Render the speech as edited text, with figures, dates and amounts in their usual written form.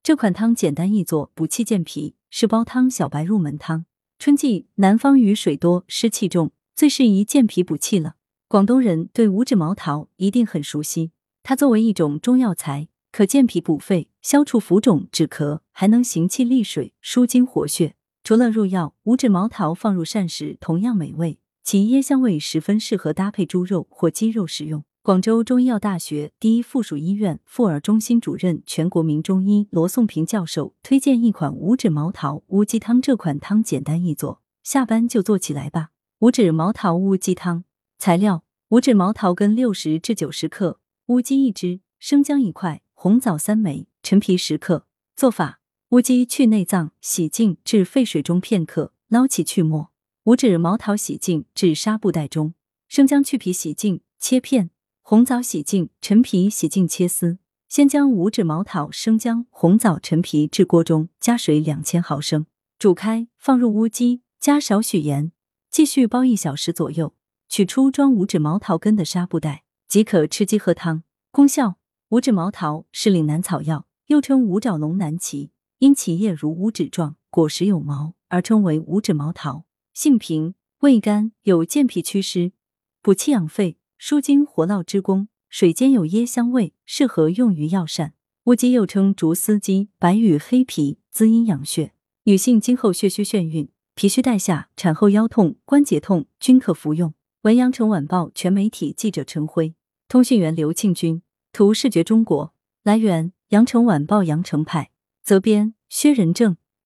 这款汤简单易做，补气健脾，是煲汤小白入门汤。春季南方雨水多，湿气重，最适宜健脾补气了。广东人对五指毛桃一定很熟悉，它作为一种中药材，可健脾补肺，消除浮肿止咳，还能行气利水，舒筋活血。除了入药，五指毛桃放入膳食同样美味，其椰香味十分适合搭配猪肉或鸡肉食用。广州中医药大学第一附属医院妇儿中心主任、全国名中医罗颂平教授推荐一款五指毛桃乌鸡汤。这款汤简单易做，下班就做起来吧。五指毛桃乌鸡汤材料：五指毛桃根60至90克，乌鸡1只，生姜1块，红枣3枚，陈皮10克。做法：乌鸡去内脏，洗净至沸水中片刻，捞起去末。五指毛桃洗净至纱布袋中，生姜去皮洗净切片，红枣洗净，陈皮洗净切丝。先将五指毛桃、生姜、红枣、陈皮至锅中，加水2000毫升，煮开，放入乌鸡，加少许盐，继续煲1小时左右。取出装五指毛桃根的纱布袋，即可吃鸡喝汤。功效：五指毛桃是岭南草药，又称五爪龙南芪，因其叶如五指状，果实有毛，而称为五指毛桃。性平，味甘，有健脾祛湿、补气养肺、舒筋活络之功，水兼有椰香味，适合用于药膳。乌鸡又称竹丝鸡、白羽黑皮，滋阴养血。女性经后血虚眩晕、脾虚带下、产后腰痛、关节痛均可服用。文阳城晚报全媒体记者陈辉，通讯员刘庆军，图视觉中国。来源：阳城晚报阳城派，责编：薛仁正。